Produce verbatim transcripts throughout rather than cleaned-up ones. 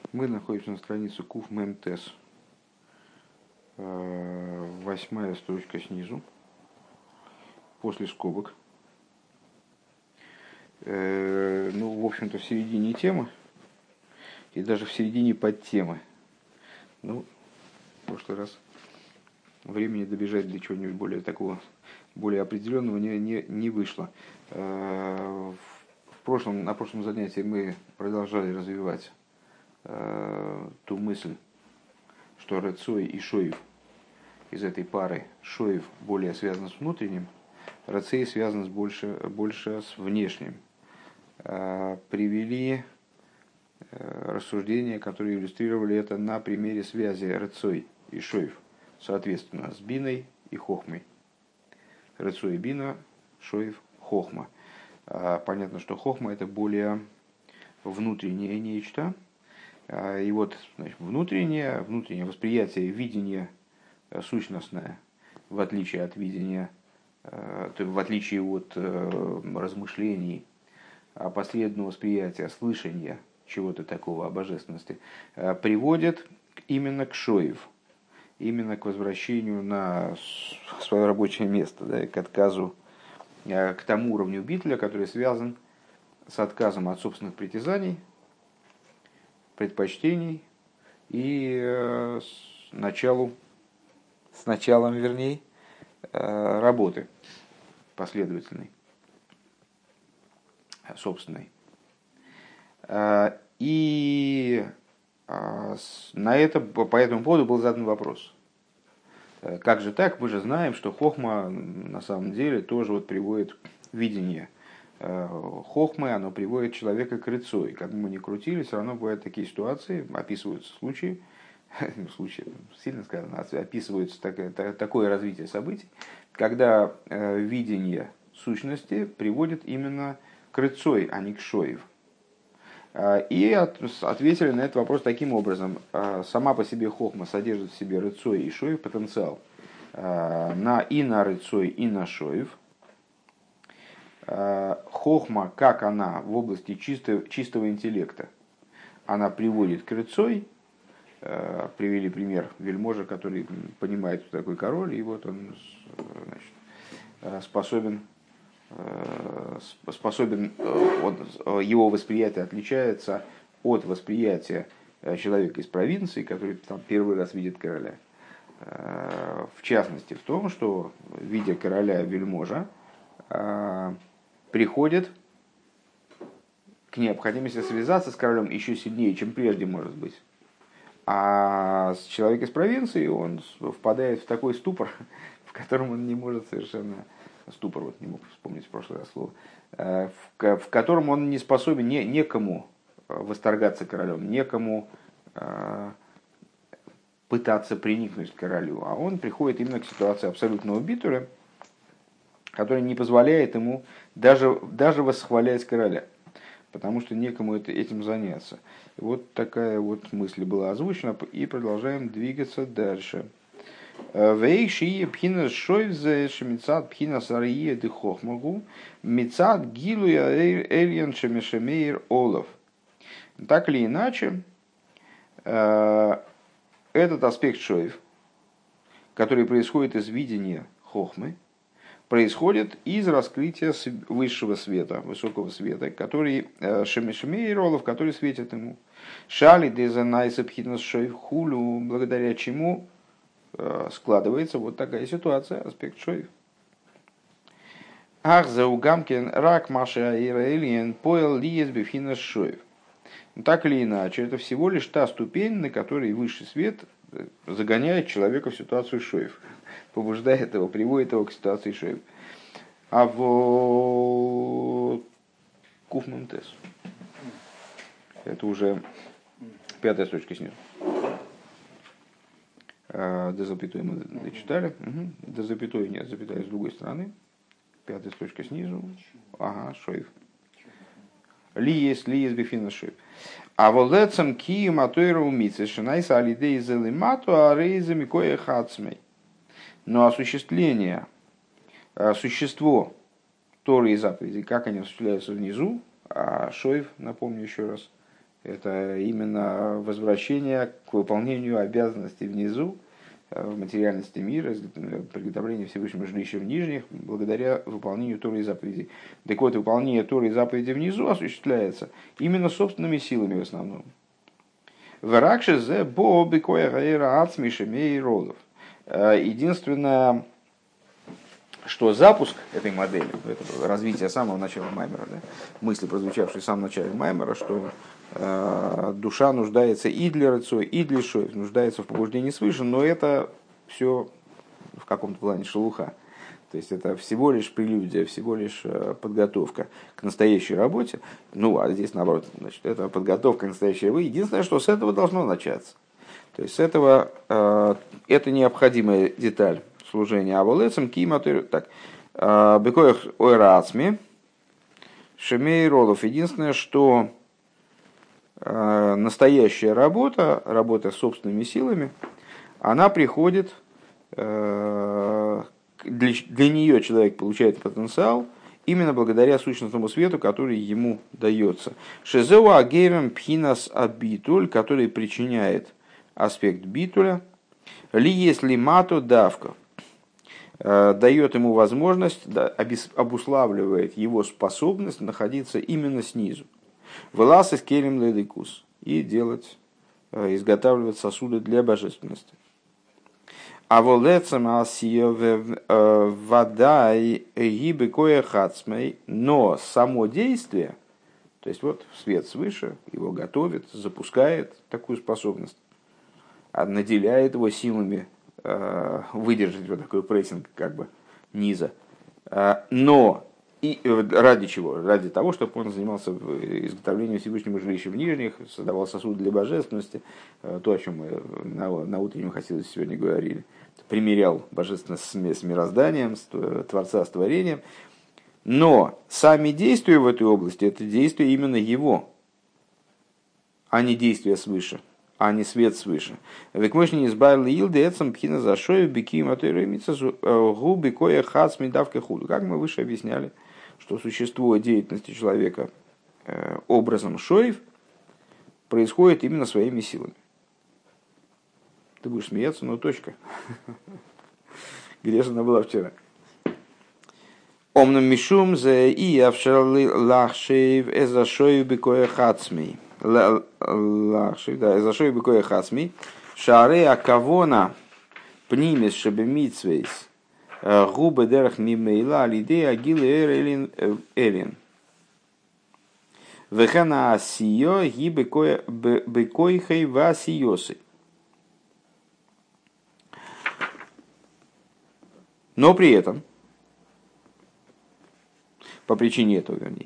Мы находимся на странице Куф Мемтес, восьмая строчка снизу, после скобок. Ну, в общем-то, в середине темы и даже в середине подтемы. Ну, в прошлый раз времени добежать до чего-нибудь более такого, более определенного не, не, не вышло. В прошлом, на прошлом занятии мы продолжали развивать ту мысль, что Рецой и Шоев из этой пары, Шоев более связан с внутренним, Рецей связан с больше, больше с внешним. Привели рассуждения, которые иллюстрировали это на примере связи Рецой и Шоев, соответственно, с Биной и Хохмой. Рецой и Бина, Шоев, Хохма. Понятно, что Хохма — это более внутреннее нечто. И вот, значит, внутреннее, внутреннее восприятие, видение сущностное, в отличие от видения, в отличие от размышлений, посредственного восприятия, слышания чего-то такого о божественности, приводит именно к Шоев, именно к возвращению на свое рабочее место, да, к отказу, к тому уровню битля, который связан с отказом от собственных притязаний, предпочтений и э, с, началу, с началом, вернее, э, работы последовательной, собственной. Э, и э, на это, по этому поводу был задан вопрос. Э, как же так? Мы же знаем, что Хохма на самом деле тоже вот приводит видение. Хохмы, оно приводит человека к Рецой. Как бы мы ни крутили, все равно бывают такие ситуации, описываются случаи, случаи сильно сказано, описывается такое, такое развитие событий, когда видение сущности приводит именно к Рецой, а не к Шоев. И ответили на этот вопрос таким образом. Сама по себе Хохма содержит в себе Рецой и Шоев потенциал на, и на Рецой, и на Шоев. Хохма, как она в области чистого, чистого интеллекта, она приводит к Рецой. Привели пример вельможа, который понимает, кто такой король, и вот он, значит, способен, способен он, его восприятие отличается от восприятия человека из провинции, который там первый раз видит короля. В частности, в том, что, видя короля вельможа, приходит к необходимости связаться с королем еще сильнее, чем прежде, может быть. А человек из провинции, он впадает в такой ступор, в котором он не может совершенно... Ступор, вот не мог вспомнить в прошлый раз слово. В, в котором он не способен, не, некому восторгаться королем, некому э, пытаться приникнуть к королю. А он приходит именно к ситуации абсолютного битуля, который не позволяет ему даже, даже восхвалять короля, потому что некому это, этим заняться. Вот такая вот мысль была озвучена, и продолжаем двигаться дальше. Вейши пхина шойвзе шмицат пхина сарие де хохмагу мицат гилуя эльян шемешемейр олов. Так или иначе, этот аспект шойв, который происходит из видения хохмы, происходит из раскрытия высшего света, высокого света, который шемешемей ролов, который светит ему. Шали дезанайса пхитнас шойв хулю, благодаря чему складывается вот такая ситуация, аспект шойв. Ах, заугамкин рак маша ирэлиен поэл лиес бифхинас шойв. Так или иначе, это всего лишь та ступень, на которой высший свет загоняет человека в ситуацию шойв, побуждает его, приводит его к ситуации шойв. А в Куфментес это уже пятая строчка снизу. До запятой мы дочитали. Угу. До запятой нет, запятая с другой стороны. Пятая строчка снизу. Ага, шойв. Ли есть, ли есть бифина шойв. А волдецам ки матойра умицы шинайса алидей зелимату а рейза микоя хацмей. Но осуществление, существо Торы и заповедей, как они осуществляются внизу, а шойв, напомню еще раз, Это именно возвращение к выполнению обязанностей внизу, в материальности мира, приготовление Всевышнего жилища в нижних, благодаря выполнению Торы и заповедей. Так вот, выполнение Торы и заповедей внизу осуществляется именно собственными силами в основном. Единственное, что запуск этой модели, это развитие самого начала Маймера, да, мысли, прозвучавшие в самом начале Маймера, что э, душа нуждается и для рыцой, и для шоев, нуждается в побуждении свыше, но это все в каком-то плане шелуха. То есть это всего лишь прелюдия, всего лишь подготовка к настоящей работе. Ну, а здесь наоборот, значит, это подготовка к настоящей работе. Единственное, что с этого должно начаться. То есть с этого э, это необходимая деталь служения аволецем киматыр. Так, бекоях ойрацми шемей ролов. Единственное, что э, настоящая работа, работа собственными силами, она приходит, э, для, для нее человек получает потенциал именно благодаря сущностному свету, который ему дается. Шезеу агерем пхинас абитуль, который причиняет аспект битуля, ли если мато давка, дает ему возможность, да, обуславливает его способность находиться именно снизу. Вылаз из келем ледикус и делать, изготавливать сосуды для божественности. А волецам асио вода гибы кое хацмей, но само действие, то есть вот свет свыше его готовит, запускает такую способность, наделяет его силами выдержать вот такой прессинг как бы низа. Но и ради чего? Ради того, чтобы он занимался изготовлением Всевышнего жилища в нижних, создавал сосуд для божественности, то, о чем мы на, на утреннем хасидусе сегодня говорили, примирял божественность с мирозданием, с Творца с творением. Но сами действия в этой области, это действия именно его, а не действия свыше, а не свет свыше. Как мы выше объясняли, что существо деятельности человека образом шоев происходит именно своими силами. Ты будешь смеяться, но точка. Где же она была вчера? Омном мишум зе и авшарли лахшев эза шоев бекоя хацмей. Лахшев, да, эза шоев бекоя хацмей. Шаре акавона пнимес шебемитсвейс. Губы дерах мимейла алидея агилы эрелин эрин. Вехана асио ги бекойхей васиосы. Но при этом, по причине этого, вернее,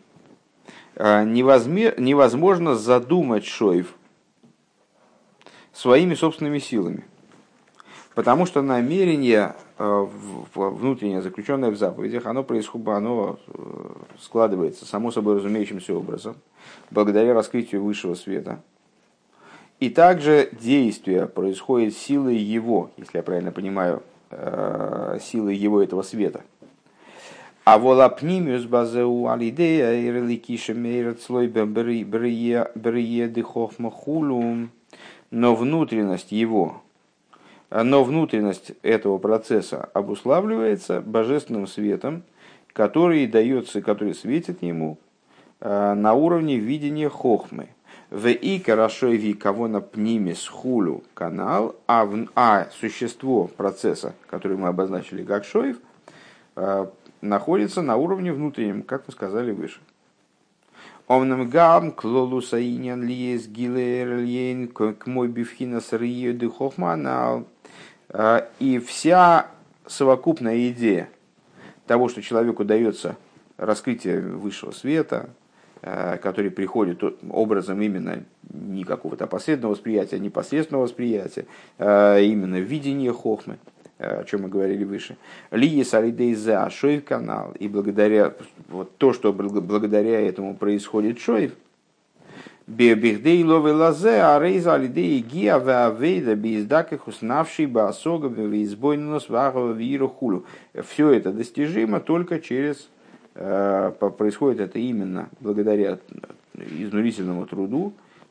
невозможно задумать шоев своими собственными силами. Потому что намерение внутреннее, заключенное в заповедях, оно происходит, оно складывается само собой разумеющимся образом, благодаря раскрытию высшего света. И также действие происходит силой его, если я правильно понимаю, силой его этого света. А волапнимиус базеу алидея ирликиша мейрат слой брие дыхохма хулум. Но внутренность его, но внутренность этого процесса обуславливается божественным светом, который дается, который светит ему на уровне видения хохмы. В и карашой ви кого на пнимис хулю канал, а, в, а существо процесса, который мы обозначили как шоев, находится на уровне внутреннем, как мы сказали выше. Омнам гам клолуса иньян лиес гилер льен к мой бифхина сырье де хохманал. И вся совокупная идея того, что человеку дается раскрытие высшего света, который приходит образом именно не какого-то посредственного восприятия, а непосредственного восприятия, именно видение хохмы, о чем мы говорили выше. Лия салидейза шоев канал, и благодаря вот то, что благодаря этому происходит шоев, бехдей лове лазе арейза алидей гиа веавейда бездаках уснавший басога веизбойнос вагова виру хулу. Все это достижимо только через происходит это именно благодаря изнурительному труду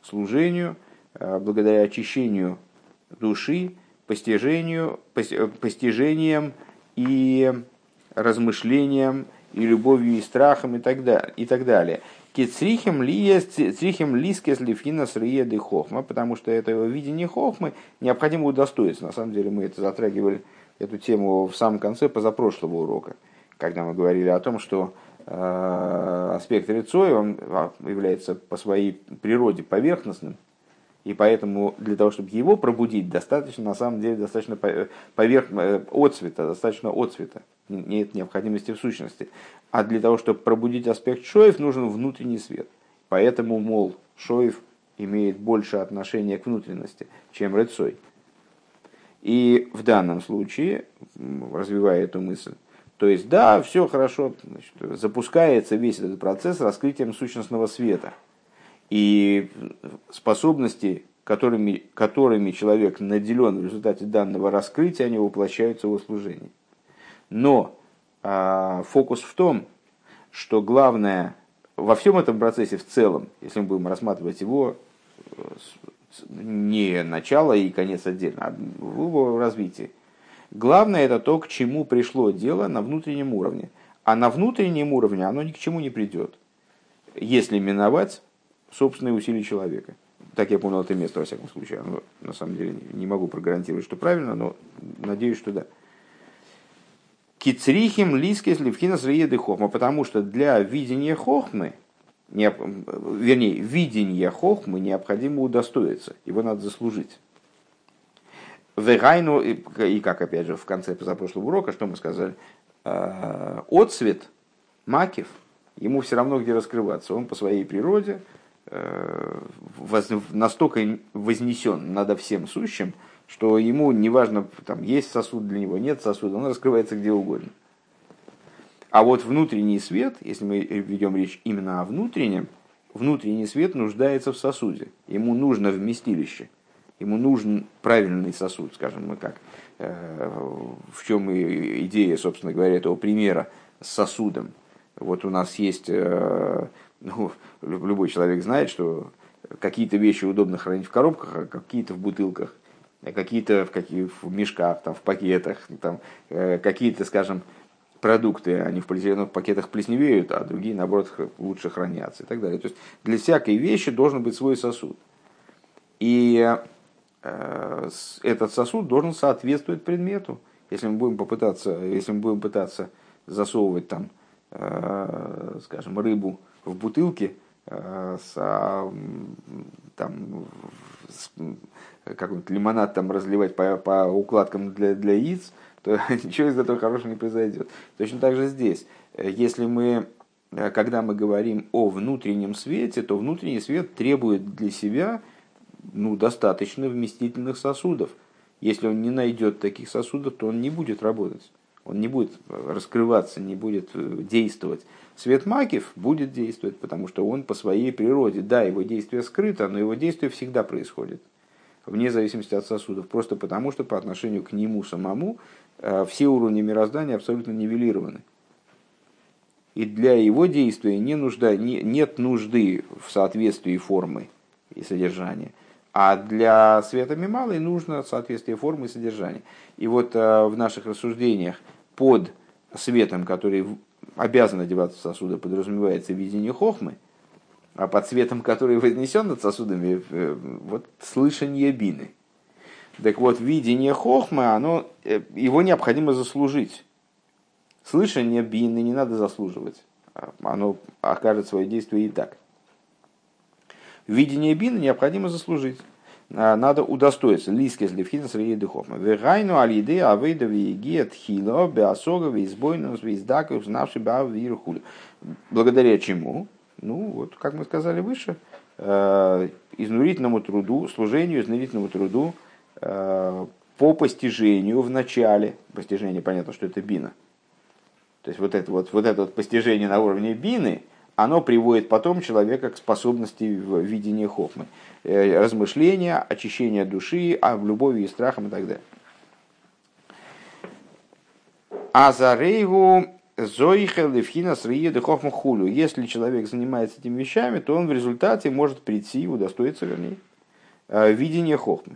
служению, благодаря очищению души, постижению, постижением и размышлением, и любовью, и страхом, и так далее. И так далее. Кицрихим лискес лифхинас риеды хохма, потому что этого видения хохмы необходимо удостоиться. На самом деле мы это затрагивали, эту тему в самом конце позапрошлого урока, когда мы говорили о том, что э, аспект рицой, он является по своей природе поверхностным, и поэтому для того, чтобы его пробудить, достаточно, на самом деле, достаточно поверх... отцвета, достаточно отцвета. Нет необходимости в сущности. А для того, чтобы пробудить аспект шоев, нужен внутренний свет. Поэтому, мол, шоев имеет больше отношения к внутренности, чем рыцой. И в данном случае, развивая эту мысль, то есть, да, все хорошо, значит, запускается весь этот процесс раскрытием сущностного света. И способности, которыми, которыми человек наделен в результате данного раскрытия, они воплощаются в его служении. Но э, фокус в том, что главное во всем этом процессе в целом, если мы будем рассматривать его не начало и конец отдельно, а в его развитии, главное это то, к чему пришло дело на внутреннем уровне. А на внутреннем уровне оно ни к чему не придет, если миновать собственные усилия человека. Так я понял это место, во всяком случае. Оно, на самом деле, не могу прогарантировать, что правильно, но надеюсь, что да. Кицрихим лискес левхинас риеды хохма, потому что для видения хохмы, не, вернее, видения хохмы необходимо удостоиться, его надо заслужить. Вегайну, и как опять же в конце позапрошлого урока, что мы сказали, отцвет макев, ему все равно где раскрываться, он по своей природе настолько вознесен над всем сущим, что ему не важно, там есть сосуд для него, нет сосуда, он раскрывается где угодно. А вот внутренний свет, если мы ведем речь именно о внутреннем, внутренний свет нуждается в сосуде. Ему нужно вместилище, ему нужен правильный сосуд, скажем мы как. В чем идея, собственно говоря, этого примера с сосудом. Вот у нас есть, ну, любой человек знает, что какие-то вещи удобно хранить в коробках, а какие-то в бутылках, какие-то в, каких, в мешках, там, в пакетах, там, какие-то, скажем, продукты, они в полиэтиленовых пакетах плесневеют, а другие, наоборот, лучше хранятся и так далее. То есть для всякой вещи должен быть свой сосуд. И э, этот сосуд должен соответствовать предмету. Если мы будем попытаться, если мы будем пытаться засовывать там, э, скажем, рыбу в бутылке, э, с, там, с, какой-нибудь лимонад там разливать по, по укладкам для, для яиц, то ничего из этого хорошего не произойдет. Точно так же здесь. Если мы, когда мы говорим о внутреннем свете, то внутренний свет требует для себя, ну, достаточно вместительных сосудов. Если он не найдет таких сосудов, то он не будет работать. Он не будет раскрываться, не будет действовать. Свет макев будет действовать, потому что он по своей природе, да, его действие скрыто, но его действие всегда происходит, вне зависимости от сосудов, просто потому что по отношению к нему самому все уровни мироздания абсолютно нивелированы. И для его действия не нужда, не, нет нужды в соответствии формы и содержания. А для света мималы нужно соответствие формы и содержания. И вот в наших рассуждениях под светом, который обязан одеваться в сосуды, подразумевается видение хохмы, а под светом, который вознесен над сосудами, вот слышание бины. Так вот, видение хохмы, оно, его необходимо заслужить. Слышание бины не надо заслуживать. Оно окажет свое действие и так. Видение бины необходимо заслужить. Надо удостоиться. Лискес левхинас риеды хохма. Вегайну алиды авейда вееги тхило беасога веизбойнус веиздакус навши бав вирхулю. Благодаря чему? Ну, вот, как мы сказали выше, изнурительному труду, служению изнурительному труду по постижению в начале. Постижение, понятно, что это бина. То есть вот это вот, вот это вот постижение на уровне бины, оно приводит потом человека к способности видения хохмы. Размышления, очищение души, а в любови и страхом и так далее. Азарейгу Зоихел левхина сриеды хохма хулю. Если человек занимается этими вещами, то он в результате может прийти, удостоиться, вернее, видения хохмы.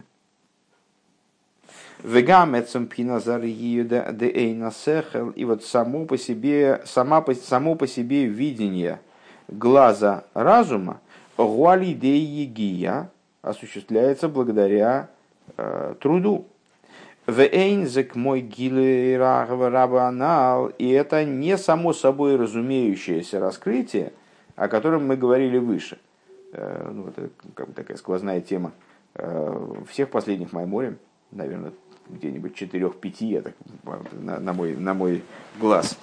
Вегам эцемпхина зариеда де эйна сехел. И вот само по себе, сама по, само по себе видение глаза разума гуали де егия осуществляется благодаря э, труду. Вэйнзек мой гилы раба анал, и это не само собой разумеющееся раскрытие, о котором мы говорили выше. Ну, это как бы такая сквозная тема всех последних майморим, наверное, где-нибудь четырех-пяти, я так, на, на, мой, на мой глаз.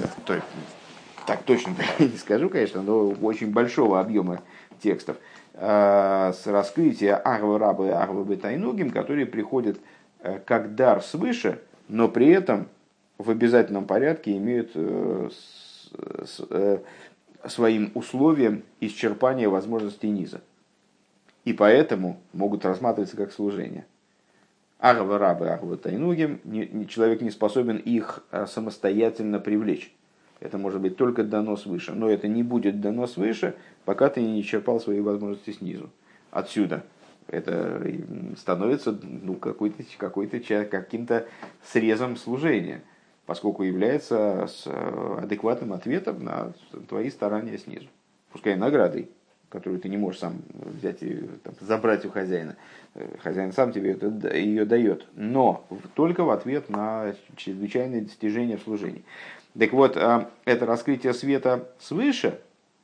Так точно не скажу, конечно, но очень большого объема текстов с раскрытия Ахва Раба и Ахва Бетайнугим, которые приходят как дар свыше, но при этом в обязательном порядке имеют э, с, э, своим условием исчерпание возможностей низа. И поэтому могут рассматриваться как служение. Агава рабы, агава тайнугим, человек не способен их самостоятельно привлечь. Это может быть только дано свыше, но это не будет дано свыше, пока ты не исчерпал свои возможности снизу. Отсюда это становится ну, какой-то, какой-то, каким-то срезом служения, поскольку является адекватным ответом на твои старания снизу. Пускай наградой, которую ты не можешь сам взять и там, забрать у хозяина. Хозяин сам тебе это, ее дает, но только в ответ на чрезвычайные достижения в служении. Так вот, это раскрытие света свыше,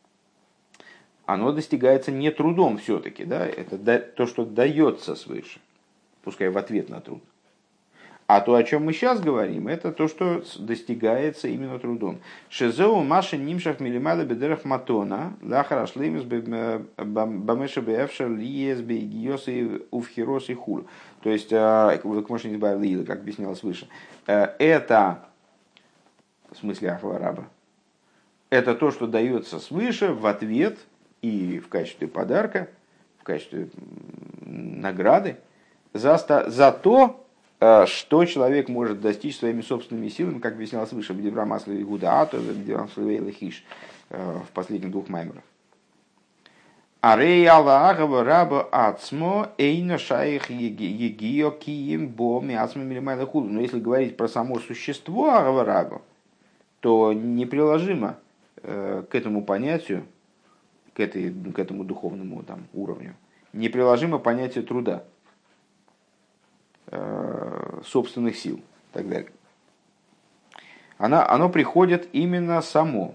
оно достигается не трудом все-таки, да? Это то, что дается свыше, пускай в ответ на труд. А то, о чем мы сейчас говорим, это то, что достигается именно трудом. Шезеу маша нимшах милимада бедерах матона лахараш леймус бамеша бэфша лиес бейгиос и уфхирос и хур. То есть, как объяснялось выше, это, в смысле Ахва Раба, это то, что дается свыше в ответ и в качестве подарка, в качестве награды за, за то, что человек может достичь своими собственными силами, как объяснялось выше, в Деврамасле и Гудаату, в Хиш, в последних двух маймерах. Арей Аллахова раба ацмо эйна шаих егио киим бо миацмо милимайла худу. Но если говорить про само существо Агава раба, то неприложимо к этому понятию, к, этой, к этому духовному там, уровню, неприложимо понятие труда, собственных сил и так далее. Она, оно приходит именно само.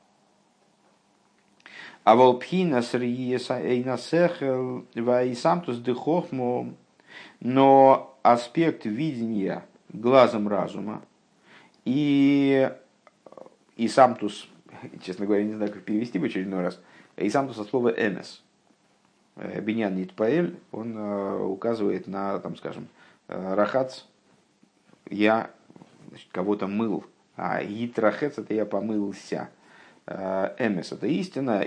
А волпхина сам дыхохмо, но аспект видения глазом разума и и самтус, честно говоря, не знаю, как перевести в очередной раз, и самтус от слова эмес. Биньян Нитпаэль, он указывает на, там, скажем, рахац, я значит, кого-то мыл, а итрахец это я помылся. Эмес это истина,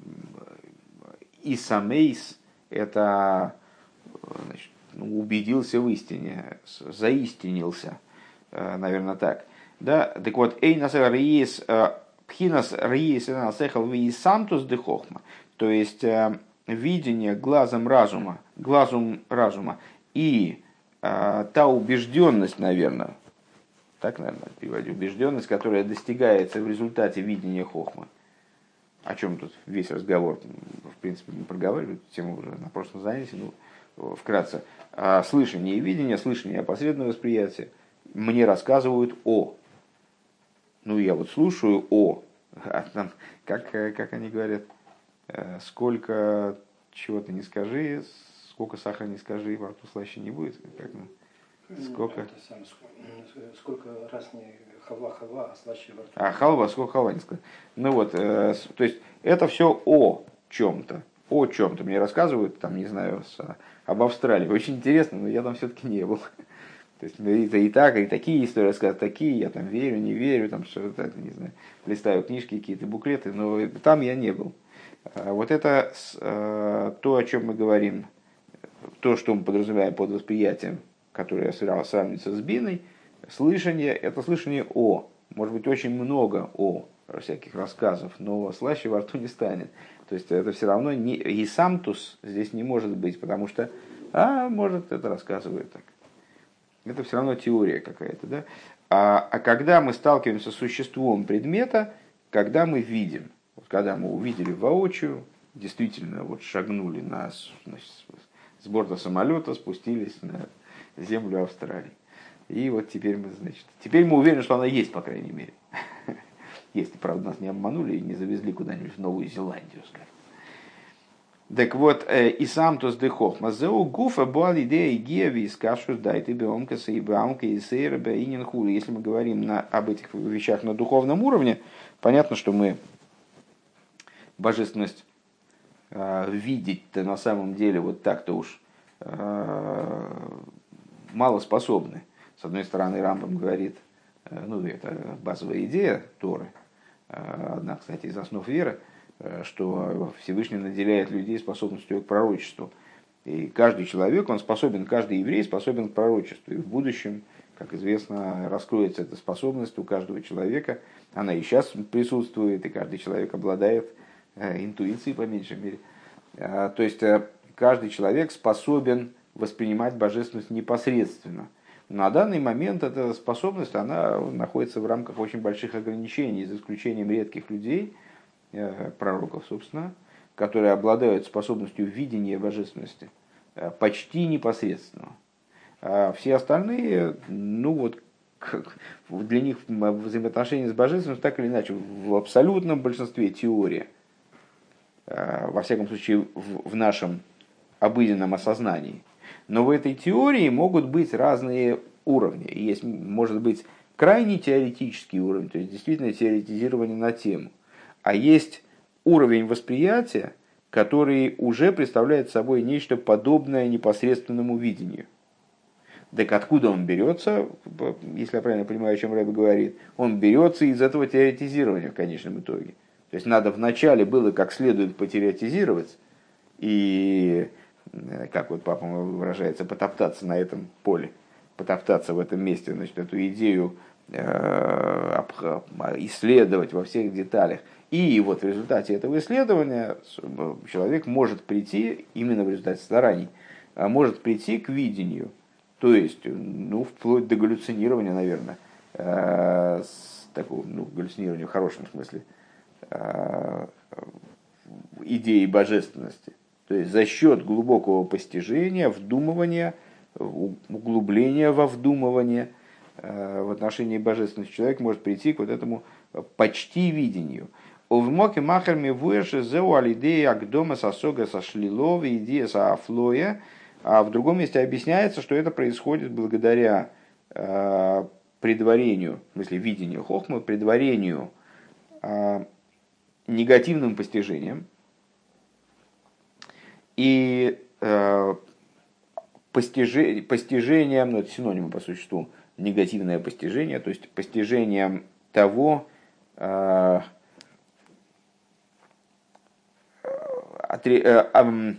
исамейс это значит, ну, убедился в истине, заистинился, наверное, так. Да, так вот, эйнас риес пхинас риес насехал ви самтус дехохма, то есть видение глазом разума, глазом разума и та убежденность, наверное, так, наверное, переводю, убежденность, которая достигается в результате видения хохмы. О чем тут весь разговор, в принципе, не проговариваю, тему уже на прошлом занятии, ну, вкратце. Слышание и видение, слышание и опосредованное восприятие мне рассказывают о. Ну, я вот слушаю о. А там, как, как они говорят, сколько чего-то не скажи, сколько сахара не скажи, во рту слаще не будет. Как, ну, сколько? Это сам, сколько раз не халва-халва, а слаще во рту. А халва, сколько халва не скажи. Ну вот, э, то есть это все о чем-то. О чем-то мне рассказывают, там, не знаю, с, об Австралии. Очень интересно, но я там все-таки не был. То есть это и так, и такие истории рассказывают, такие, я там верю, не верю, там что-то, не знаю, листаю книжки, какие-то буклеты, но там я не был. Вот это то, о чем мы говорим, то, что мы подразумеваем под восприятием, которое сравнивается с биной, слышание, это слышание о. может быть очень много о всяких рассказов, но слаще во рту не станет. То есть это все равно не, и самтус здесь не может быть, потому что, а, может, это рассказывает так. Это все равно теория какая-то, да? А, а когда мы сталкиваемся с существом предмета, когда мы видим, вот когда мы увидели воочию, действительно вот шагнули на, значит, с борта самолета, спустились на землю Австралии. И вот теперь мы, значит, теперь мы уверены, что она есть, по крайней мере. Если, правда, нас не обманули и не завезли куда-нибудь в Новую Зеландию, скажем. Так вот, и сам то сдыхох. Мазеу гуфа буал идея геви скашу дайте беомкаса и беамка и сейра и нинхули. Если мы говорим на, об этих вещах на духовном уровне, понятно, что мы божественность э, видеть-то на самом деле вот так-то уж э, мало способны. С одной стороны, Рамбам говорит, э, ну это базовая идея Торы, э, одна, кстати, из основ веры, что Всевышний наделяет людей способностью к пророчеству. И каждый человек, он способен, каждый еврей способен к пророчеству. И в будущем, как известно, раскроется эта способность у каждого человека. Она и сейчас присутствует, и каждый человек обладает интуицией, по меньшей мере. То есть, каждый человек способен воспринимать божественность непосредственно. На данный момент эта способность, она находится в рамках очень больших ограничений, за исключением редких людей, пророков, собственно, которые обладают способностью видения божественности почти непосредственно. А все остальные, ну вот, для них взаимоотношения с божественностью так или иначе в абсолютном большинстве теория, во всяком случае в нашем обыденном осознании. Но в этой теории могут быть разные уровни. Есть, может быть, крайне теоретический уровень, то есть действительно теоретизирование на тему. А есть уровень восприятия, который уже представляет собой нечто подобное непосредственному видению. Так откуда он берется, если я правильно понимаю, о чем Рэбе говорит, он берется из этого теоретизирования в конечном итоге. То есть надо вначале было как следует потеоретизировать и, как вот папа выражается, потоптаться на этом поле, потоптаться в этом месте, значит, эту идею исследовать во всех деталях. И вот в результате этого исследования человек может прийти, именно в результате стараний, может прийти к видению, то есть, ну, вплоть до галлюцинирования, наверное, с такого, ну, галлюцинирования в хорошем смысле, идеи божественности. То есть за счет глубокого постижения, вдумывания, углубления во вдумывание в отношении божественности, человек может прийти к вот этому почти видению. В моке махерми выше зеу алидея агдома сосога сошлилова идея саафлоя. А в другом месте объясняется, что это происходит благодаря э, предварению, в смысле видению хохмы, предварению э, негативным постижением и э, постижи, постижением, ну это синонимы по существу, негативное постижение, то есть постижением того, э, отре, э, э,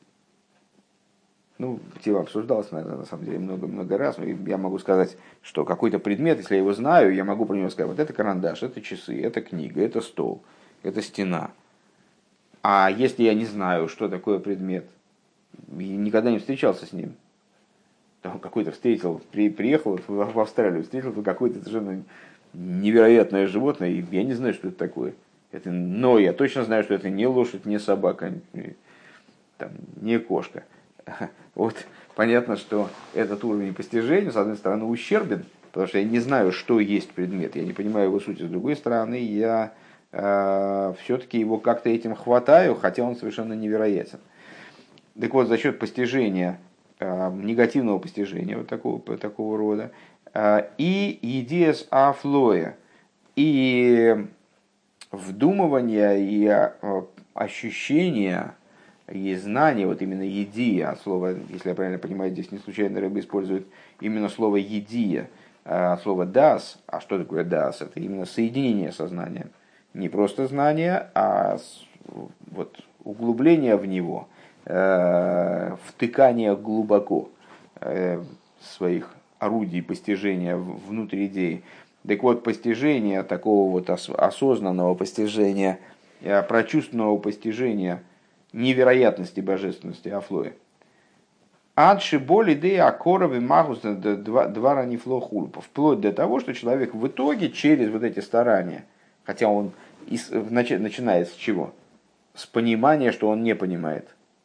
ну, тема обсуждалась, наверное, на самом деле много-много раз. Но я могу сказать, что какой-то предмет, если я его знаю, я могу про него сказать, вот это карандаш, это часы, это книга, это стол, это стена. А если я не знаю, что такое предмет, и никогда не встречался с ним, там какой-то встретил, при, приехал в, в Австралию, встретил какое-то совершенно невероятное животное, и я не знаю, что это такое. Это, но я точно знаю, что это не лошадь, не собака, не, там, не кошка. Вот понятно, что этот уровень постижения, с одной стороны, ущербен, потому что я не знаю, что есть предмет, я не понимаю его сути. С другой стороны, я э, все-таки его как-то этим хватаю, хотя он совершенно невероятен. Так вот, за счет постижения, э, негативного постижения вот такого, такого рода, э, и идея с афлоя, и вдумывания, и э, ощущения, и знание, вот именно едия, слово, если я правильно понимаю, здесь не случайно Рэбе использует именно слово едия, слово дас. А что такое дас? Это именно соединение сознания. Не просто знание, а вот углубление в него, втыкание глубоко своих орудий постижения внутрь идеи. Так вот, постижение такого вот осознанного постижения, прочувственного постижения невероятности божественности Афлоя. Адши боли де акоровы магус два ранифло хульпа. Вплоть до того, что человек в итоге через вот эти старания, хотя он начинает с чего? С понимания, что он не понимает.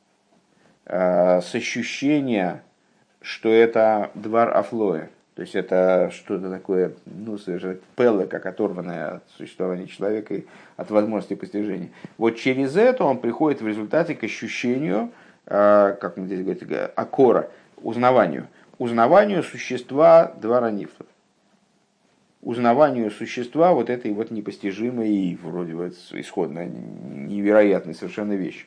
С ощущения, что это двар Афлоя. То есть это что-то такое, ну, совершенно пелле, как оторванное от существования человека и от возможности постижения. Вот через это он приходит в результате к ощущению, как мы здесь говорим, акора, узнаванию. Узнаванию существа двара нифлов. Узнаванию существа вот этой вот непостижимой и вроде бы исходно невероятной совершенно вещи.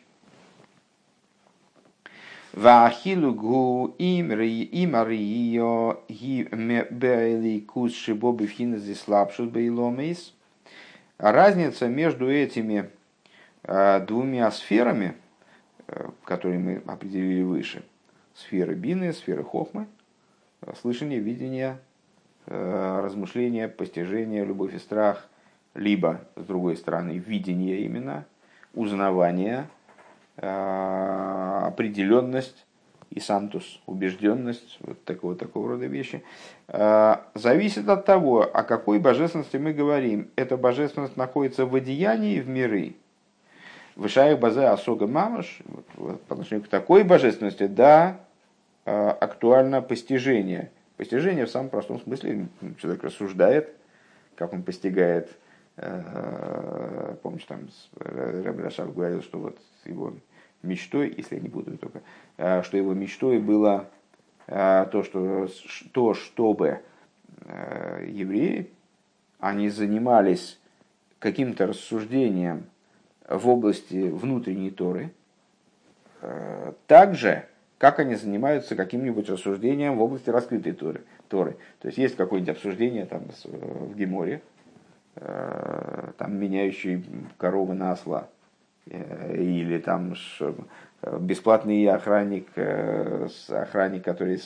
Ваахилугу имарио гибели кусши бобы финези слабшут бейломейс. Разница между этими двумя сферами, которые мы определили выше, сферы бины, сферы хохмы, слышание, видение, размышление, постижение, любовь и страх, либо, с другой стороны, видение именно, узнавание, определенность и сантус, убежденность, вот такого, такого рода вещи, зависит от того, о какой божественности мы говорим. Эта божественность находится в одеянии в миры. Вышаях базе асога мамаш, по отношению к такой божественности, да, актуально постижение. Постижение в самом простом смысле. Человек рассуждает, как он постигает. Помнишь, там Ребе Рашаб говорил, что вот его мечтой, если я не буду только, что его мечтой было то, что, то чтобы евреи, они занимались каким-то рассуждением в области внутренней Торы, так же, как они занимаются каким-нибудь рассуждением в области раскрытой Торы. Торы. То есть есть какое-нибудь обсуждение там, в Геморе, там, меняющий коровы на осла, или там бесплатный охранник, охранник, который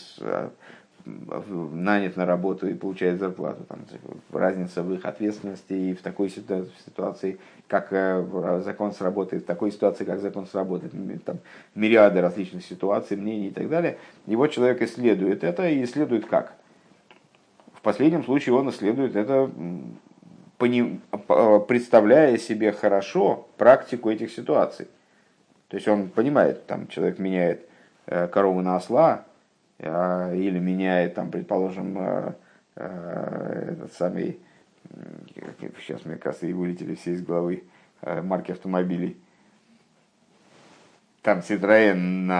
нанят на работу и получает зарплату. Там, разница в их ответственности и в такой ситуации, как закон сработает, в такой ситуации, как закон сработает. Там мириады различных ситуаций, мнений и так далее. И вот человек исследует это, и исследует как? В последнем случае он исследует это, представляя себе хорошо практику этих ситуаций. То есть он понимает, там человек меняет корову на осла, или меняет, там, предположим, этот самый, сейчас мне кажется, и вылетели все из головы, марки автомобилей. Там Citroën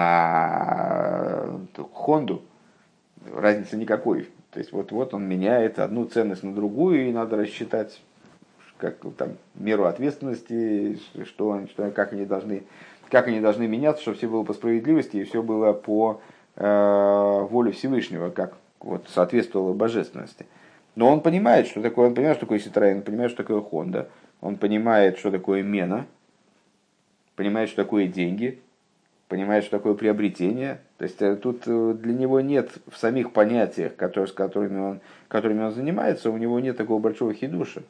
на Хонду, разницы никакой. То есть вот, вот он меняет одну ценность на другую, и надо рассчитать как, там, меру ответственности, что, что, как, они должны, как они должны меняться, чтобы все было по справедливости и все было по волю Всевышнего, как вот, соответствовало божественности. Но он понимает, что такое, он понимает, что такое Citroën, он понимает, что такое Honda, он понимает, что такое мена, понимает, что такое деньги, понимает, что такое приобретение. То есть тут для него нет в самих понятиях, которые, с которыми он, которыми он занимается, у него нет такого большого хидуша.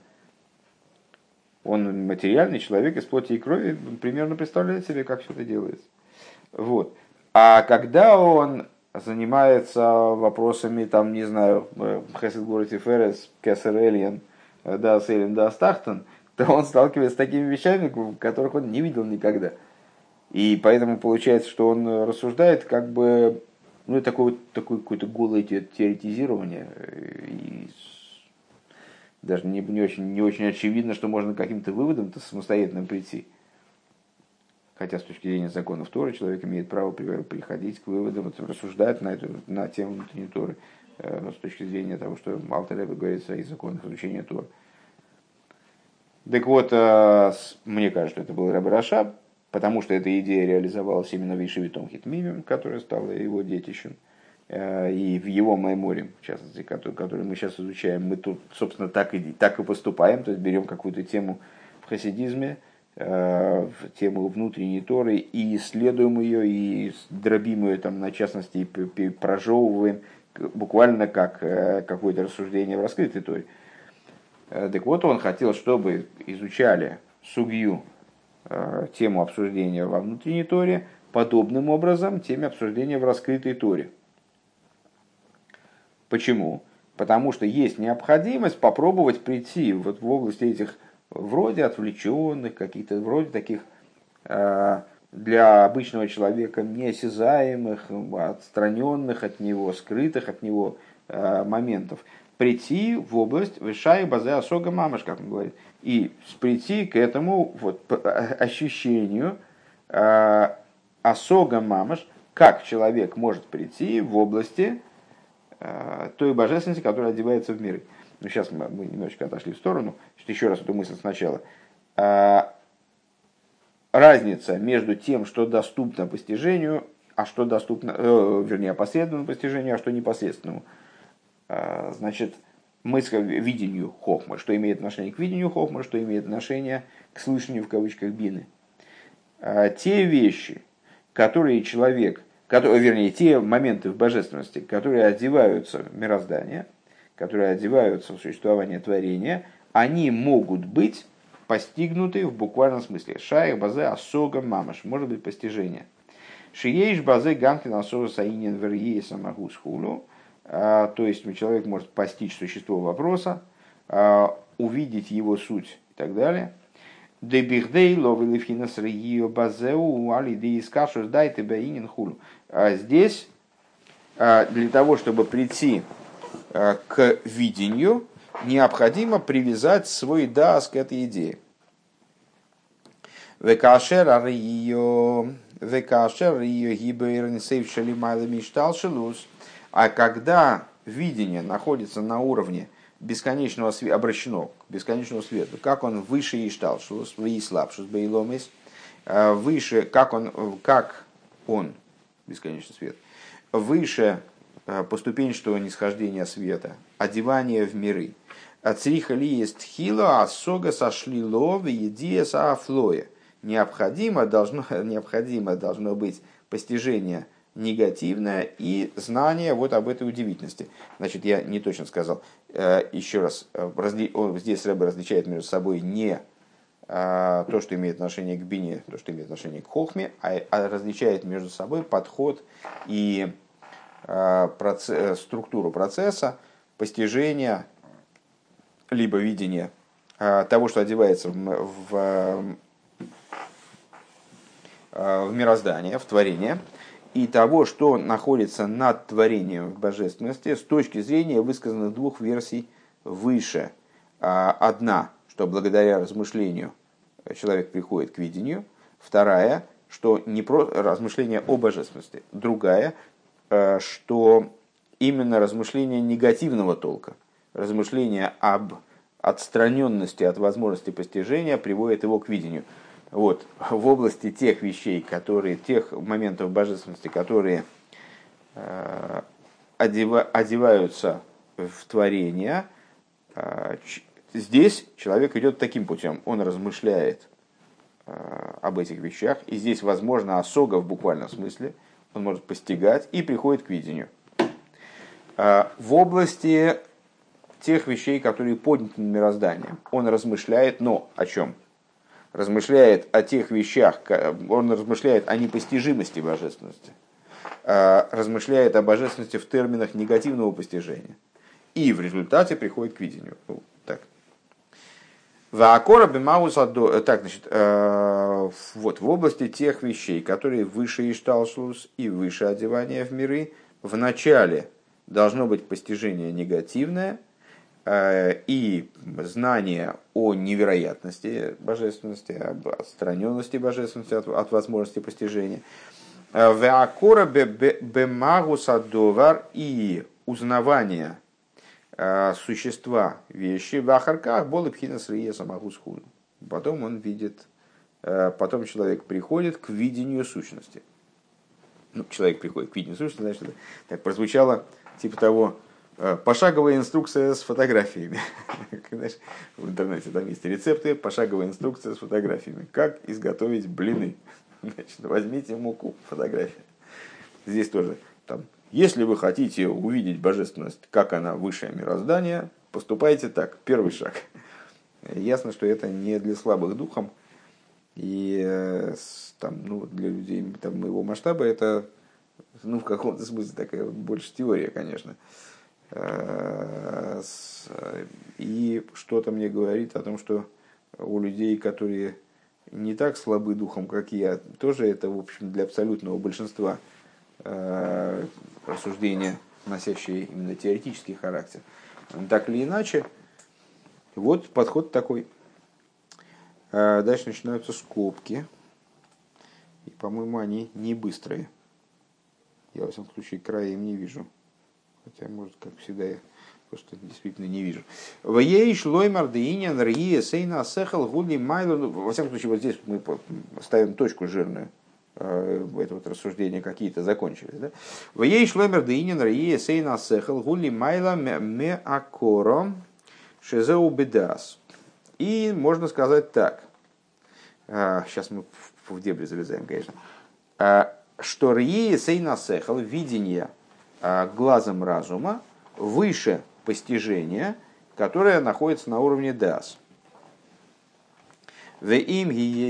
Он материальный человек из плоти и крови, примерно представляет себе, как все это делается. Вот. А когда он занимается вопросами, там, не знаю, Хесед Город и Ферес, Кесер Эльен, да, Сейлен, да, Стахтон, то он сталкивается с такими вещами, которых он не видел никогда. И поэтому получается, что он рассуждает как бы, ну, такое, такое какое-то голое теоретизирование. И даже не, не, очень, не очень очевидно, что можно к каким-то выводам-то самостоятельно прийти. Хотя с точки зрения законов Торы человек имеет право приходить к выводам, рассуждать на, эту, на тему внутренней Торы, с точки зрения того, что Алтер Ребе говорит о законах изучения Торы. Так вот, мне кажется, что это был Ребе Рашаб, потому что эта идея реализовалась именно в Ешиве Томхит Мимим, которая стала его детищем, и в его майморе, в частности, который, который мы сейчас изучаем, мы тут, собственно, так и, так и поступаем, то есть берем какую-то тему в хасидизме, в тему внутренней Торы, и исследуем ее, и дробим ее, там, на частности, и прожевываем, буквально как какое-то рассуждение в раскрытой Торе. Так вот, он хотел, чтобы изучали сугью, тему обсуждения во внутренней Торе, подобным образом теме обсуждения в раскрытой Торе. Почему? Потому что есть необходимость попробовать прийти вот в область этих вроде отвлеченных, каких-то вроде таких для обычного человека неосязаемых, отстраненных от него, скрытых от него моментов, прийти в область вышай базе осога мамаш, как он говорит, и прийти к этому вот ощущению осога мамаш, как человек может прийти в области той божественности, которая одевается в миры. Ну, сейчас мы, мы немножечко отошли в сторону. Еще раз эту мысль сначала. Разница между тем, что доступно постижению, а что доступно, э, вернее, опосредованному постижению, а что непосредственному. Э, значит, мысль видению хохмы, что имеет отношение к видению хохмы, что имеет отношение к слышанию, в кавычках, бины. Э, те вещи, которые человек, которые, вернее, те моменты в божественности, которые одеваются в мироздание, которые одеваются в существование творения, они могут быть постигнуты в буквальном смысле. Шаих базе осога мамаш, может быть постижение. Шиеиш базе гамкин осога саинин верье самагу схулу, то есть человек может постичь существо вопроса, увидеть его суть и так далее. Дебихдей ловилифхинас рье базеу алидей скашус дайте баинин хулу. Здесь для того, чтобы прийти к видению, необходимо привязать свой даас к этой идее. Векашер ее, векашер ее гиберн сейвшали майлами шталшелус. А когда видение находится на уровне бесконечного света, обращено к бесконечному свету, как он выше ишталшелус, выислабшус бейломис, выше, как он, как он, бесконечный свет, выше поступенчатого нисхождения света, одевание в миры. Цриха ли есть хила, а сога сошли лов и едия саафлоя. Необходимо должно, необходимо должно быть постижение негативное и знание вот об этой удивительности. Значит, я не точно сказал. Еще раз, здесь Ребе различает между собой не то, что имеет отношение к бине, то, что имеет отношение к хохме, а различает между собой подход и процесс, структуру процесса постижения либо видения того, что одевается в, в, в мироздание, в творение, и того, что находится над творением в божественности с точки зрения высказанных двух версий выше. Одна, что благодаря размышлению человек приходит к видению. Вторая, что не про размышление о божественности. Другая, что именно размышление негативного толка, размышление об отстраненности от возможности постижения приводит его к видению. Вот. В области тех вещей, которые, тех моментов божественности, которые э, одева, одеваются в творение, э, ч, здесь человек идет таким путем. Он размышляет э, об этих вещах, и здесь возможно осога в буквальном смысле, он может постигать и приходит к видению. Э, в области тех вещей, которые подняты над мирозданием, он размышляет, но о чем? Размышляет о тех вещах, он размышляет о непостижимости божественности, размышляет о божественности в терминах негативного постижения. И в результате приходит к видению. Ну, так. Так, значит, вот в области тех вещей, которые выше ишталшус и выше одевания в миры, в начале должно быть постижение негативное, и знание о невероятности божественности, об отстраненности божественности от, от возможности постижения. И узнавание существа вещи в ахарках был пхинас рие самагусхун. Потом он видит, потом человек приходит к видению сущности. Ну, человек приходит к видению сущности, значит, это так прозвучало типа того. Пошаговая инструкция с фотографиями. Знаешь, в интернете там есть рецепты, пошаговая инструкция с фотографиями. Как изготовить блины. Значит, возьмите муку, фотография. Здесь тоже. Там, если вы хотите увидеть божественность, как она высшее мироздание, поступайте так, первый шаг. Ясно, что это не для слабых духом, и там, ну, для людей там, моего масштаба это, ну, в каком-то смысле такая больше теория, конечно. И что-то мне говорит о том, что у людей, которые не так слабы духом, как я, тоже это, в общем, для абсолютного большинства рассуждения, носящие именно теоретический характер. Так или иначе, вот подход такой. Дальше начинаются скобки. И, по-моему, они не быстрые. Я, во всяком случае, края им не вижу. Хотя, может, как всегда, я просто действительно не вижу. Ваейш лоймар деиньян рие сейна сехал гули майлу. Во всяком случае, вот здесь мы ставим точку жирную. Это вот рассуждения какие-то закончились. Да? Ваейш лоймар деиньян рие сейна сехал гули майла ме акоро шезеу бедас. И можно сказать так. Сейчас мы в дебри залезаем, конечно. Что рие сейна сехал, видение глазом разума, выше постижения, которое находится на уровне дас. И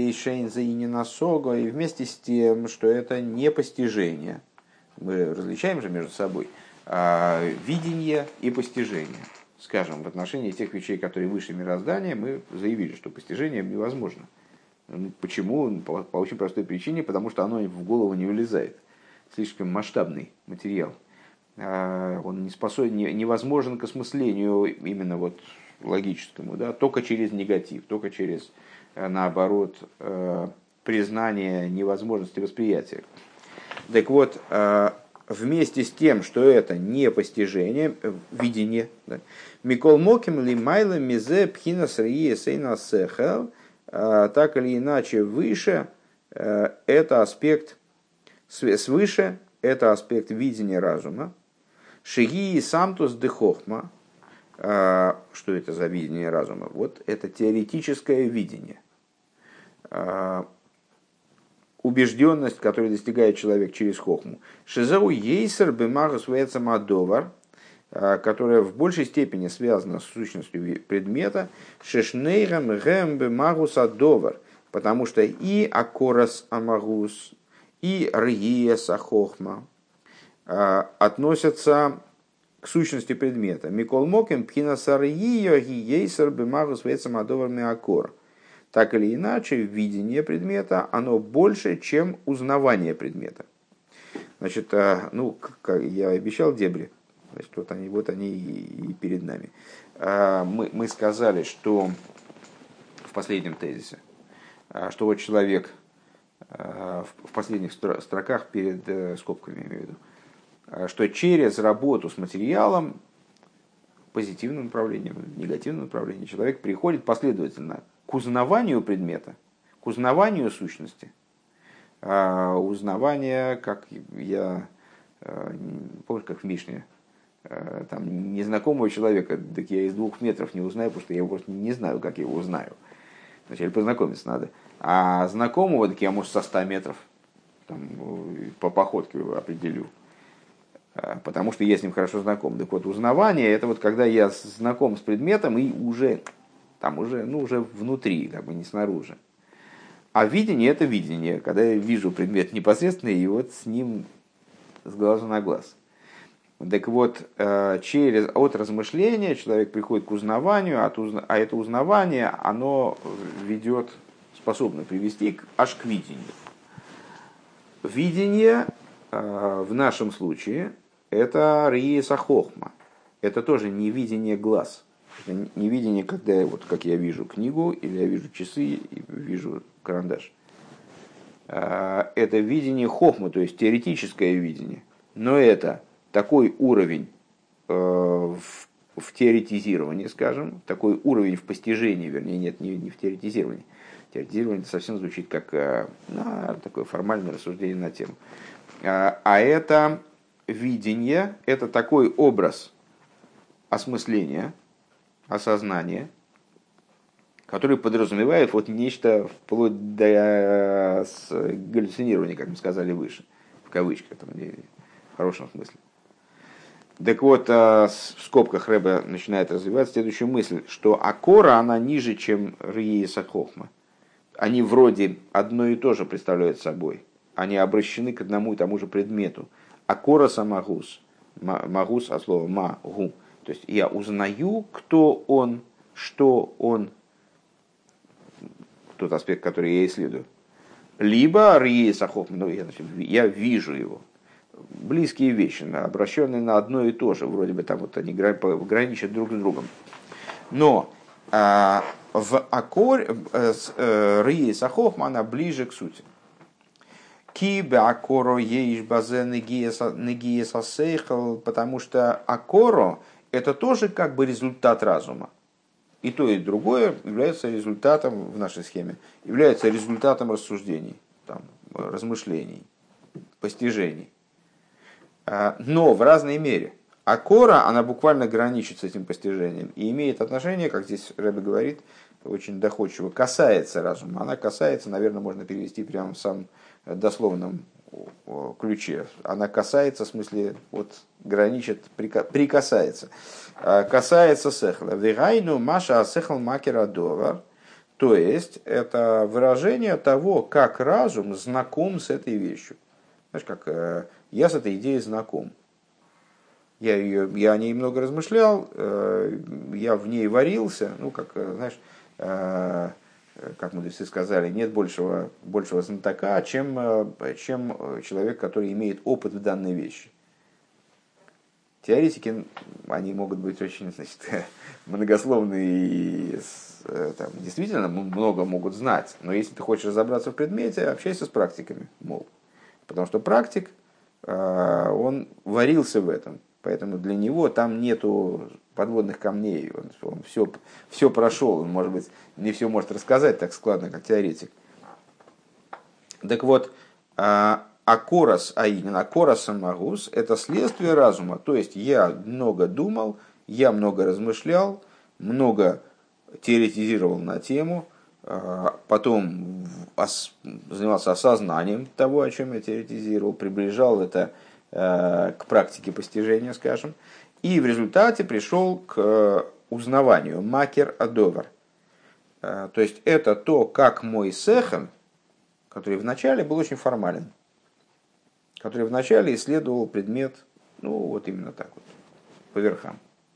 вместе с тем, что это не постижение, мы различаем же между собой видение и постижение. Скажем, в отношении тех вещей, которые выше мироздания, мы заявили, что постижение невозможно. Почему? По очень простой причине, потому что оно в голову не влезает. Слишком масштабный материал. Он не способен, невозможен к осмыслению именно вот логическому, да, только через негатив, только через, наоборот, признание невозможности восприятия. Так вот, вместе с тем, что это не постижение, видение, Микол Моким ли майла мизе пхинас рие сейна сехал, так или иначе выше, это аспект свыше, это аспект видения разума. Шиги и самтус де хохма. Что это за видение разума? Вот это теоретическое видение. Убежденность, которую достигает человек через хохму. Шизау ейсер бемагус вецамадовар, которая в большей степени связана с сущностью предмета. Шешнейрам гэм бемагус адовар, потому что и акорас амагус, и рьес ахохма относятся к сущности предмета. Микол мокем пхинасар йо ейсер бемагус вецамадовар меакор. Так или иначе, видение предмета, оно больше, чем узнавание предмета. Значит, ну, как я обещал дебри, значит, вот они, вот они и перед нами. Мы, мы сказали, что в последнем тезисе, что вот человек в последних строках перед скобками, я имею в виду, что через работу с материалом, позитивным направлением, негативным направлением, человек приходит последовательно к узнаванию предмета, к узнаванию сущности. А узнавание, как я помню, как в Мишне, там незнакомого человека, так я из двух метров не узнаю, потому что я его просто не знаю, как я его узнаю. Вначале познакомиться надо. А знакомого, так я, может, со ста метров там, по походке определю. Потому что я с ним хорошо знаком. Так вот, узнавание, это вот когда я знаком с предметом и уже, там уже, ну, уже внутри, как бы не снаружи. А видение – это видение, когда я вижу предмет непосредственно и вот с ним с глазу на глаз. Так вот, через, от размышления человек приходит к узнаванию, а это узнавание, оно ведет, способно привести аж к видению. Видение в нашем случае – это риеса хохма. Это тоже не видение глаз. Это не видение, когда я, вот, как я вижу книгу, или я вижу часы, и вижу карандаш. Это видение хохма, то есть теоретическое видение. Но это такой уровень в, в теоретизировании, скажем, такой уровень в постижении, вернее, нет, не, не в теоретизировании. Теоретизирование совсем звучит как ну, такое формальное рассуждение на тему. А это видение, это такой образ осмысления, осознания, который подразумевает вот нечто вплоть до галлюцинирования, как мы сказали выше, в кавычках, там, в хорошем смысле. Так вот, в скобках Ребе начинает развивать следующую мысль, что акора, она ниже, чем Риеса Хохма. Они вроде одно и то же представляют собой. Они обращены к одному и тому же предмету. Акораса магус. Магус от слова магу. То есть я узнаю, кто он, что он, тот аспект, который я исследую. Либо Риеса Хохма, ну, я, я вижу его. Близкие вещи, обращенные на одно и то же. Вроде бы там вот они граничат друг с другом. Но а, в акоре Риеса Хохма она ближе к сути. Кибе акоро еиш базе негиеса сейхал, потому что акоро это тоже как бы результат разума. И то, и другое является результатом в нашей схеме, является результатом рассуждений, там, размышлений, постижений. Но в разной мере. Акора, она буквально граничит с этим постижением и имеет отношение, как здесь Ребе говорит, очень доходчиво, касается разума. Она касается, наверное, можно перевести прямо в самом дословном ключе. Она касается, в смысле, вот, граничит, прикасается. Касается сехла. Вегайну маша сехл макера довар. То есть, это выражение того, как разум знаком с этой вещью. Знаешь, как я с этой идеей знаком. Я, ее, я о ней много размышлял, я в ней варился, ну, как, знаешь, как мудрецы сказали, нет большего, большего знатока, чем, чем человек, который имеет опыт в данной вещи. Теоретики, они могут быть очень, значит, многословные и там, действительно много могут знать, но если ты хочешь разобраться в предмете, общайся с практиками, мол. Потому что практик, он варился в этом, поэтому для него там нету подводных камней, он, он все, все прошел, он, может быть, не все может рассказать так складно, как теоретик. Так вот, акорос, а именно акорос амагус, это следствие разума, то есть я много думал, я много размышлял, много теоретизировал на тему, потом занимался осознанием того, о чем я теоретизировал, приближал это к практике постижения, скажем, и в результате пришел к узнаванию макер адовар. То есть это то, как мой сехем, который вначале был очень формален, который вначале исследовал предмет, ну вот именно так вот, по верхам.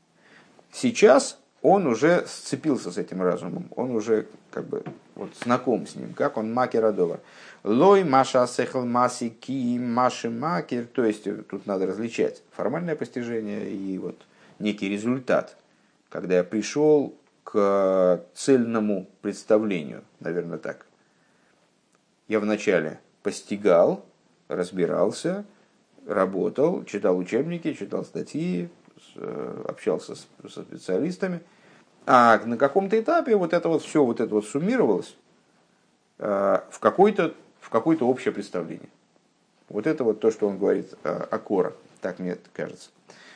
Сейчас он уже сцепился с этим разумом, он уже как бы вот знаком с ним, как он макер адовар. Лой маша сехл маси ки маши макер, то есть тут надо различать формальное постижение и вот некий результат, когда я пришел к цельному представлению, наверное так. Я вначале постигал, разбирался, работал, читал учебники, читал статьи, общался со специалистами, а на каком-то этапе вот это вот все вот это вот суммировалось в какой-то в какое-то общее представление. Вот это вот то, что он говорит о Кора, так мне кажется.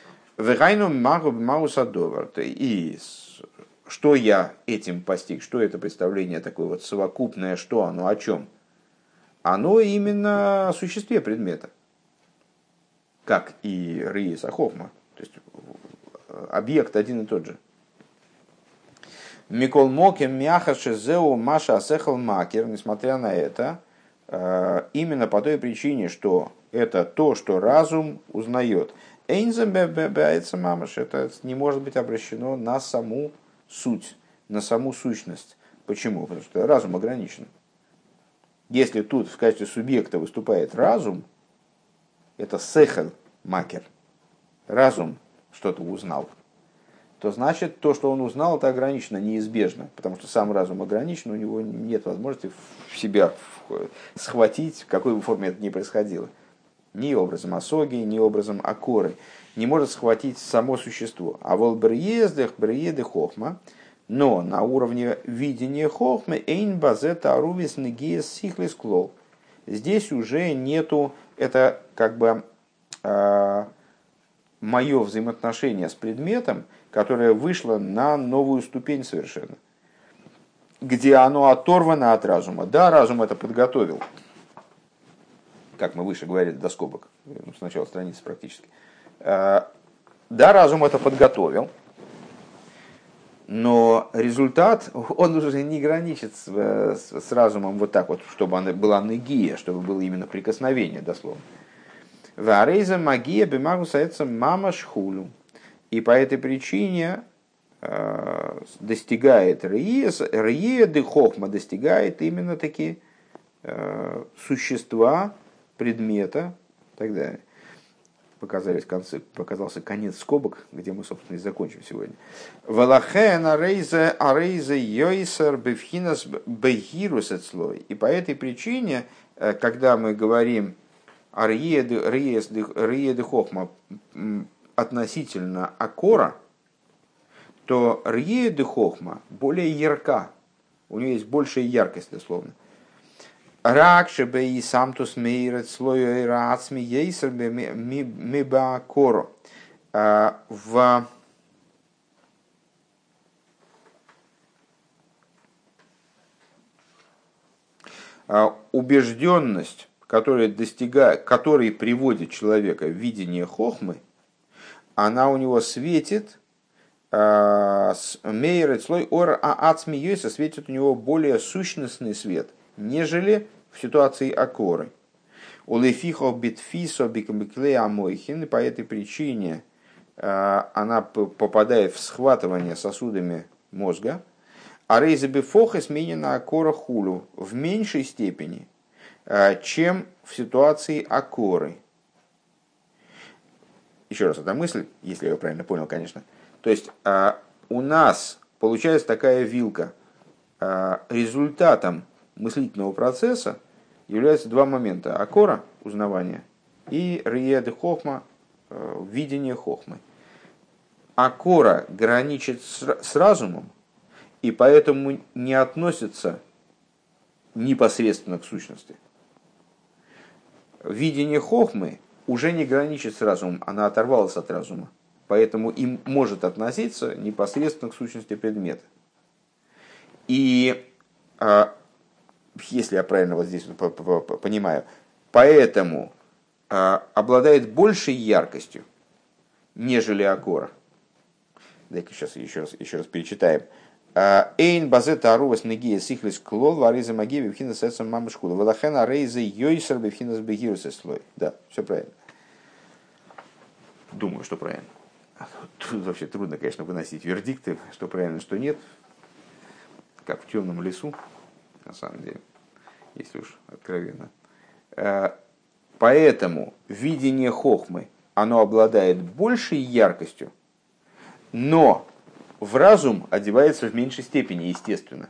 И что я этим постиг, что это представление такое вот совокупное, что оно о чем? Оно именно о существе предмета, как и Риеса Хохма, то есть объект один и тот же. Микол Мокем Мяхаши Зеу Маша Асехал Макер, несмотря на это, именно по той причине, что это то, что разум узнает. Эйнзебебебяется мамаш, это не может быть обращено на саму суть, на саму сущность. Почему? Потому что разум ограничен. Если тут в качестве субъекта выступает разум, это сехал макер, разум что-то узнал, то значит то, что он узнал, это ограничено, неизбежно, потому что сам разум ограничен, у него нет возможности в себя схватить, в какой бы форме это ни происходило. Ни образом осоги, ни образом акоры. Не может схватить само существо. А вол бреездех, брееды хохма, но на уровне видения хохмы эйн базета арувис негиес сихлис клол. Здесь уже нету, это как бы э, мое взаимоотношение с предметом, которое вышло на новую ступень совершенно, где оно оторвано от разума. Да, разум это подготовил, как мы выше говорили, до скобок, ну, с начала страницы практически. да, разум это подготовил, но результат, он уже не граничит с, с, с разумом вот так вот, чтобы она была негия, чтобы было именно прикосновение, дословно. Варейза магия бимагу сается мама шхулю. И по этой причине э, достигает рие де хохма, достигает именно таки э, существа, предмета и так далее. Показались концы, показался конец скобок, где мы, собственно, и закончим сегодня. Валахен арейзе арейзе йойсер бифхинас бехирус слой. И по этой причине, когда мы говорим о рие де хохма относительно акора, то рие де хохма более ярка, у нее есть большая яркость, дословно. Ракше бы и сам тус мейрет слою и рацми ейсер бы миба коро. В убежденность, которая достигает, которая приводит человека в видение хохмы, она у него светит, мейрет слой ор а ацми ейса светит у него более сущностный свет, нежели в ситуации акоры. Улефихо битфисо бикамбиклея амойхин, и по этой причине она попадает в схватывание сосудами мозга. А рейза бифоха сменена акора хулю в меньшей степени, чем в ситуации акоры. Еще раз эта мысль, если я ее правильно понял, конечно. То есть у нас получается такая вилка. Результатом мыслительного процесса являются два момента: акора, узнавание, и рие де хохма, видение хохмы. Акора граничит с разумом, и поэтому не относится непосредственно к сущности. Видение хохмы уже не граничит с разумом, она оторвалась от разума, поэтому им может относиться непосредственно к сущности предмета. И если я правильно вот здесь понимаю, поэтому обладает большей яркостью, нежели акора. Дай-ка сейчас еще раз, еще раз перечитаем. Эйн базета арувас негия сихлис клол вариза магия бифхина сетсом мамышкула валахена рейза йойсер бифхина сбегирус слой. Да, все правильно. Думаю, что правильно. Тут вообще трудно, конечно, выносить вердикты, что правильно, что нет. Как в темном лесу, на самом деле, если уж откровенно. Поэтому видение хохмы, оно обладает большей яркостью, но в разум одевается в меньшей степени, естественно.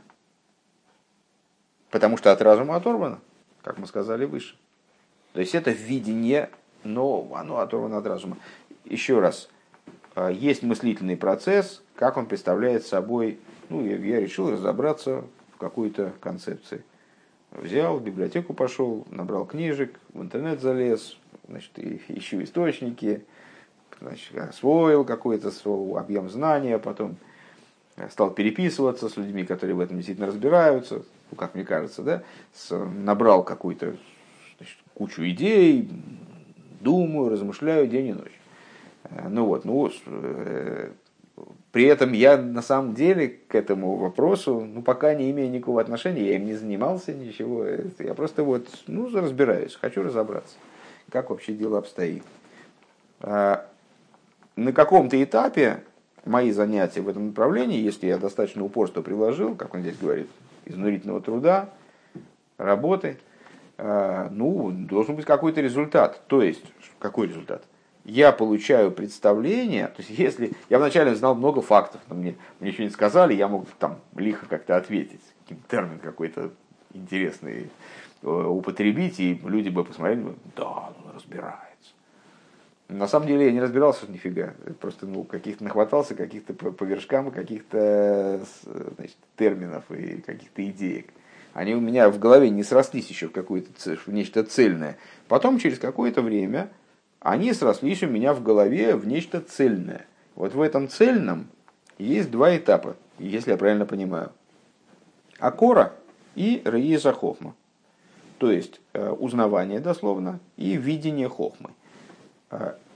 Потому что от разума оторвано, как мы сказали выше. То есть это видение, но оно оторвано от разума. Еще раз, есть мыслительный процесс, как он представляет собой. Ну, я, я решил разобраться в какой-то концепции. Взял, в библиотеку пошел, набрал книжек, в интернет залез, значит, ищу источники, значит, освоил какой-то свой объем знания, потом стал переписываться с людьми, которые в этом действительно разбираются, ну, как мне кажется, да, с, набрал какую-то, значит, кучу идей, думаю, размышляю день и ночь. Ну вот, ну, при этом я на самом деле к этому вопросу, ну, пока не имею никакого отношения, я им не занимался, ничего, я просто вот, ну, разбираюсь, хочу разобраться, как вообще дело обстоит. На каком-то этапе мои занятия в этом направлении, если я достаточно упорства приложил, как он здесь говорит, изнурительного труда, работы, ну, должен быть какой-то результат. То есть, какой результат? Я получаю представление, то есть если я вначале знал много фактов, но мне, мне ничего не сказали, я мог там лихо как-то ответить, термин какой-то интересный употребить, и люди бы посмотрели, да, он разбирается. На самом деле я не разбирался нифига, просто ну, каких-то нахватался, каких-то по, по вершкам, каких-то значит, терминов и каких-то идеек. Они у меня в голове не срослись еще в, какое-то, в нечто цельное. Потом через какое-то время они срослись у меня в голове в нечто цельное. Вот в этом цельном есть два этапа, если я правильно понимаю. Акора и Реиза Хохма. То есть узнавание дословно и видение Хохмы.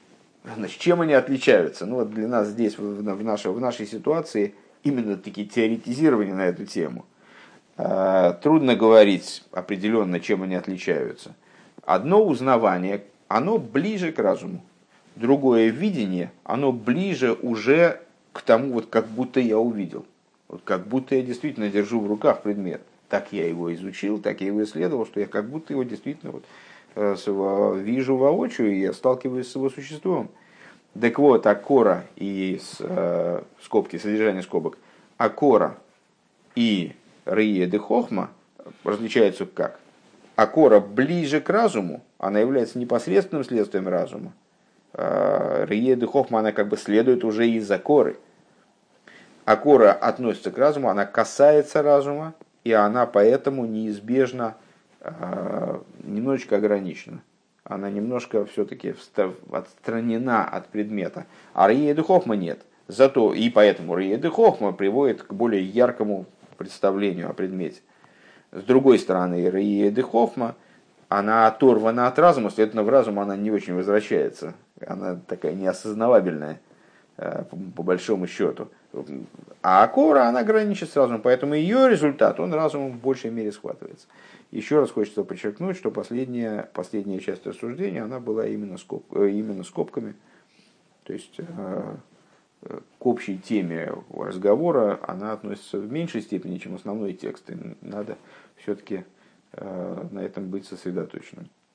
Значит, чем они отличаются? Ну вот для нас здесь, в, в, нашей, в нашей ситуации, именно такие теоретизирования на эту тему. Э, трудно говорить определенно, чем они отличаются. Одно узнавание, оно ближе к разуму. Другое видение, оно ближе уже к тому, вот как будто я увидел. Вот как будто я действительно держу в руках предмет. Так я его изучил, так я его исследовал, что я как будто его действительно вот, э, вижу воочию и я сталкиваюсь с его существом. Так вот, акора и с, э, скобки, содержание скобок, акора и рие де хохма различаются как? Акора ближе к разуму, она является непосредственным следствием разума. Рие де хохма, она как бы следует уже из акоры. Акора относится к разуму, она касается разума, и она поэтому неизбежно немножечко ограничена. Она немножко все-таки отстранена от предмета. А Рие де хохма нет. Зато и поэтому Рие де хохма приводит к более яркому представлению о предмете. С другой стороны, Рие де хохма, она оторвана от разума, следовательно, в разум она не очень возвращается. Она такая неосознавабельная, по большому счету. А акора, она граничит с разумом, поэтому ее результат, он разумом в большей мере схватывается. Еще раз хочется подчеркнуть, что последняя, последняя часть рассуждения, она была именно, скоб, именно скобками. То есть к общей теме разговора она относится в меньшей степени, чем основной текст. И надо все-таки на этом быть сосредоточенным.